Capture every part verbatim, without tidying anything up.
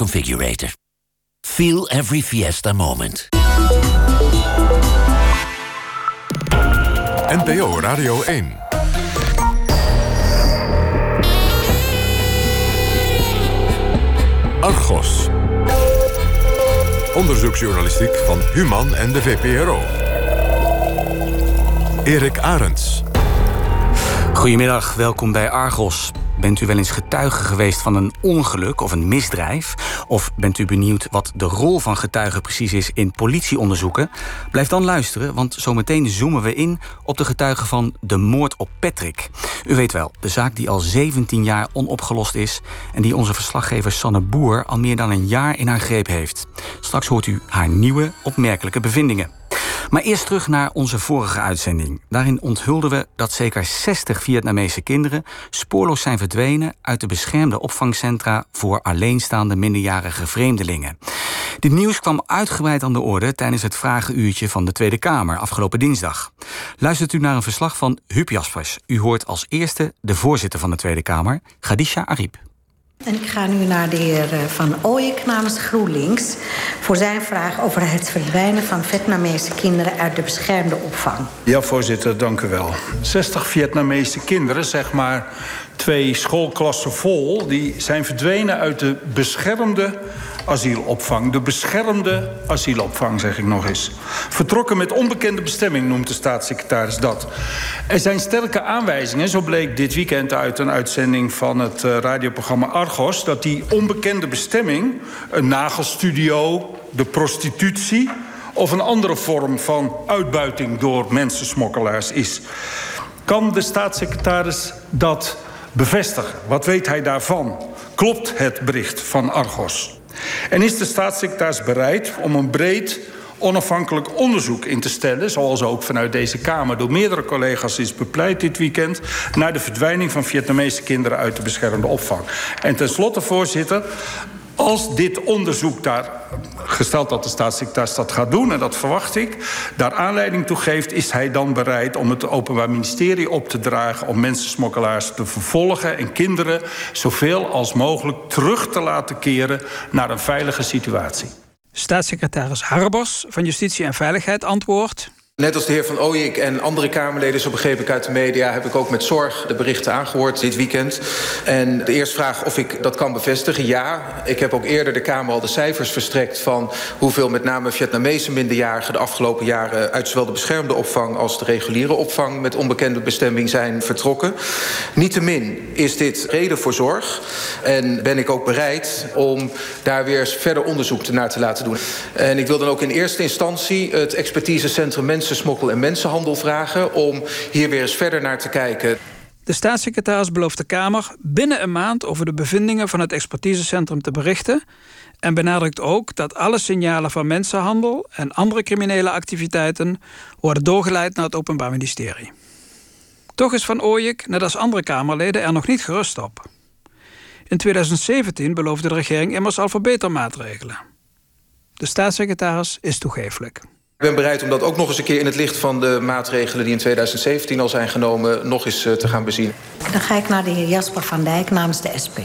Configurator. Feel every Fiesta moment. N P O Radio één. Argos. Onderzoeksjournalistiek van Human en de V P R O. Erik Arends. Goedemiddag, welkom bij Argos. Bent u wel eens getuige geweest van een ongeluk of een misdrijf? Of bent u benieuwd wat de rol van getuigen precies is in politieonderzoeken? Blijf dan luisteren, want zometeen zoomen we in op de getuigen van de moord op Patrick. U weet wel, de zaak die al zeventien jaar onopgelost is en die onze verslaggever Sanne Boer al meer dan een jaar in haar greep heeft. Straks hoort u haar nieuwe, opmerkelijke bevindingen. Maar eerst terug naar onze vorige uitzending. Daarin onthulden we dat zeker zestig Vietnamese kinderen spoorloos zijn verdwenen uit de beschermde opvangcentra voor alleenstaande minderjarige vreemdelingen. Dit nieuws kwam uitgebreid aan de orde tijdens het vragenuurtje van de Tweede Kamer afgelopen dinsdag. Luistert u naar een verslag van Huub Jaspers. U hoort als eerste de voorzitter van de Tweede Kamer, Khadija Arib. En ik ga nu naar de heer Van Ooyek namens GroenLinks voor zijn vraag over het verdwijnen van Vietnamese kinderen uit de beschermde opvang. Ja, voorzitter, dank u wel. zestig Vietnamese kinderen, zeg maar twee schoolklassen vol, die zijn verdwenen uit de beschermde asielopvang. De beschermde asielopvang, zeg ik nog eens. Vertrokken met onbekende bestemming, noemt de staatssecretaris dat. Er zijn sterke aanwijzingen, zo bleek dit weekend uit een uitzending van het uh, radioprogramma Argos, dat die onbekende bestemming, een nagelstudio, de prostitutie of een andere vorm van uitbuiting door mensensmokkelaars is. Kan de staatssecretaris dat bevestigen? Wat weet hij daarvan? Klopt het bericht van Argos? En is de staatssecretaris bereid om een breed, onafhankelijk onderzoek in te stellen, zoals ook vanuit deze Kamer door meerdere collega's is bepleit dit weekend, naar de verdwijning van Vietnamese kinderen uit de beschermde opvang? En tenslotte, voorzitter, als dit onderzoek daar, gesteld dat de staatssecretaris dat gaat doen, en dat verwacht ik, daar aanleiding toe geeft, is hij dan bereid om het Openbaar Ministerie op te dragen om mensensmokkelaars te vervolgen en kinderen zoveel als mogelijk terug te laten keren naar een veilige situatie? Staatssecretaris Harbers van Justitie en Veiligheid antwoordt: Net als de heer Van Ooyek en andere Kamerleden, zo begreep ik uit de media, heb ik ook met zorg de berichten aangehoord dit weekend. En de eerste vraag of ik dat kan bevestigen, ja. Ik heb ook eerder de Kamer al de cijfers verstrekt van hoeveel met name Vietnamese minderjarigen de afgelopen jaren uit zowel de beschermde opvang als de reguliere opvang met onbekende bestemming zijn vertrokken. Niettemin is dit reden voor zorg en ben ik ook bereid om daar weer verder onderzoek naar te laten doen. En ik wil dan ook in eerste instantie het expertisecentrum Mensen Smokkel en mensenhandel vragen om hier weer eens verder naar te kijken. De staatssecretaris belooft de Kamer binnen een maand over de bevindingen van het expertisecentrum te berichten en benadrukt ook dat alle signalen van mensenhandel en andere criminele activiteiten worden doorgeleid naar het Openbaar Ministerie. Toch is Van Ooyek, net als andere Kamerleden, er nog niet gerust op. In tweeduizend zeventien beloofde de regering immers al verbetermaatregelen. De staatssecretaris is toegeeflijk. Ik ben bereid om dat ook nog eens een keer in het licht van de maatregelen die in tweeduizend zeventien al zijn genomen nog eens te gaan bezien. Dan ga ik naar de heer Jasper van Dijk namens de S P.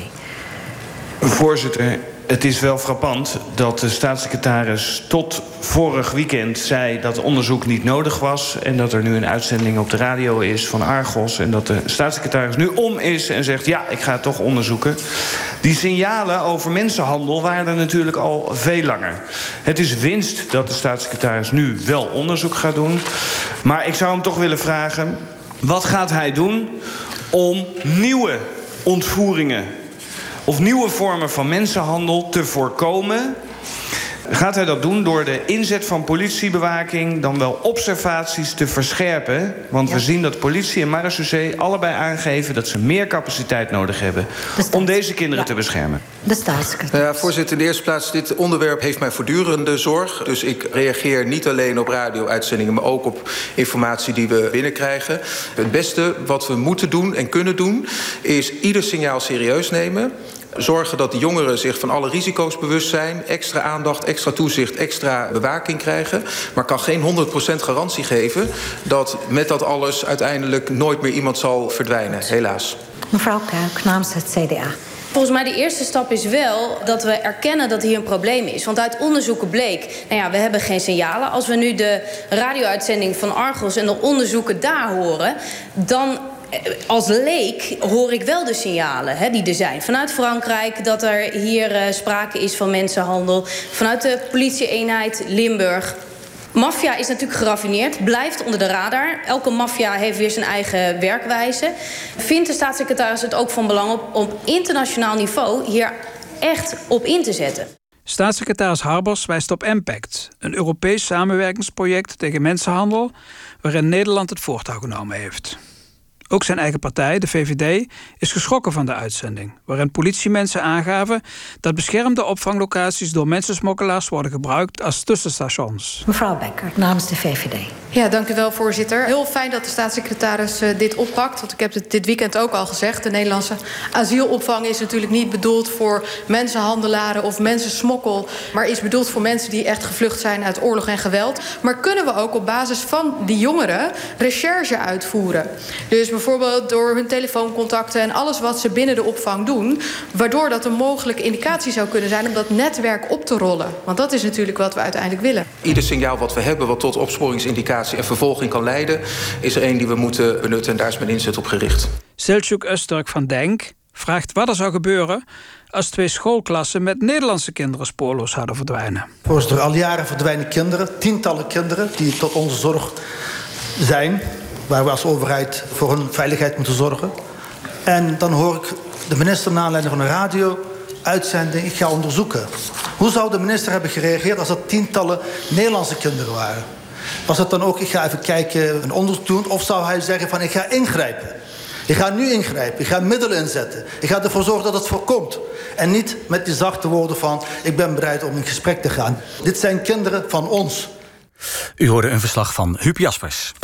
Voorzitter, het is wel frappant dat de staatssecretaris tot vorig weekend zei dat onderzoek niet nodig was en dat er nu een uitzending op de radio is van Argos en dat de staatssecretaris nu om is en zegt ja, ik ga het toch onderzoeken. Die signalen over mensenhandel waren er natuurlijk al veel langer. Het is winst dat de staatssecretaris nu wel onderzoek gaat doen. Maar ik zou hem toch willen vragen, wat gaat hij doen om nieuwe ontvoeringen of nieuwe vormen van mensenhandel te voorkomen? Gaat hij dat doen door de inzet van politiebewaking, dan wel observaties te verscherpen? Want ja. we zien dat politie en marechaussee allebei aangeven dat ze meer capaciteit nodig hebben om deze kinderen ja. te beschermen. De staatssecretaris. Ja, voorzitter, in de eerste plaats, dit onderwerp heeft mij voortdurende zorg. Dus ik reageer niet alleen op radio-uitzendingen, maar ook op informatie die we binnenkrijgen. Het beste wat we moeten doen en kunnen doen, is ieder signaal serieus nemen. Zorgen dat de jongeren zich van alle risico's bewust zijn. Extra aandacht, extra toezicht, extra bewaking krijgen. Maar kan geen honderd procent garantie geven dat met dat alles uiteindelijk nooit meer iemand zal verdwijnen, helaas. Mevrouw Kuik namens het C D A. Volgens mij de eerste stap is wel dat we erkennen dat hier een probleem is. Want uit onderzoeken bleek, nou ja, we hebben geen signalen. Als we nu de radio-uitzending van Argos en de onderzoeken daar horen, dan als leek hoor ik wel de signalen hè, die er zijn. Vanuit Frankrijk dat er hier uh, sprake is van mensenhandel. Vanuit de politie-eenheid Limburg. Maffia is natuurlijk geraffineerd, blijft onder de radar. Elke maffia heeft weer zijn eigen werkwijze. Vindt de staatssecretaris het ook van belang op, op internationaal niveau hier echt op in te zetten? Staatssecretaris Harbers wijst op Impact, een Europees samenwerkingsproject tegen mensenhandel, waarin Nederland het voortouw genomen heeft. Ook zijn eigen partij, de V V D, is geschrokken van de uitzending, waarin politiemensen aangaven dat beschermde opvanglocaties door mensensmokkelaars worden gebruikt als tussenstations. Mevrouw Becker, namens de V V D. Ja, dank u wel, voorzitter. Heel fijn dat de staatssecretaris uh, dit oppakt. Want ik heb het dit weekend ook al gezegd. De Nederlandse asielopvang is natuurlijk niet bedoeld voor mensenhandelaren of mensensmokkel, maar is bedoeld voor mensen die echt gevlucht zijn uit oorlog en geweld. Maar kunnen we ook op basis van die jongeren recherche uitvoeren? Dus bijvoorbeeld door hun telefooncontacten en alles wat ze binnen de opvang doen, waardoor dat een mogelijke indicatie zou kunnen zijn om dat netwerk op te rollen. Want dat is natuurlijk wat we uiteindelijk willen. Ieder signaal wat we hebben wat tot opsporingsindicatie en vervolging kan leiden, is er één die we moeten benutten en daar is mijn inzet op gericht. Selçuk Öztürk van Denk vraagt wat er zou gebeuren als twee schoolklassen met Nederlandse kinderen spoorloos zouden verdwijnen. Voorzitter, al jaren verdwijnen kinderen, tientallen kinderen die tot onze zorg zijn, waar we als overheid voor hun veiligheid moeten zorgen. En dan hoor ik de minister na aanleiding van een radio-uitzending, ik ga onderzoeken. Hoe zou de minister hebben gereageerd als dat tientallen Nederlandse kinderen waren? Was het dan ook, ik ga even kijken, een onderzoek doen, of zou hij zeggen van ik ga ingrijpen? Ik ga nu ingrijpen, ik ga middelen inzetten. Ik ga ervoor zorgen dat het voorkomt. En niet met die zachte woorden van ik ben bereid om in gesprek te gaan. Dit zijn kinderen van ons. U hoorde een verslag van Huub Jaspers.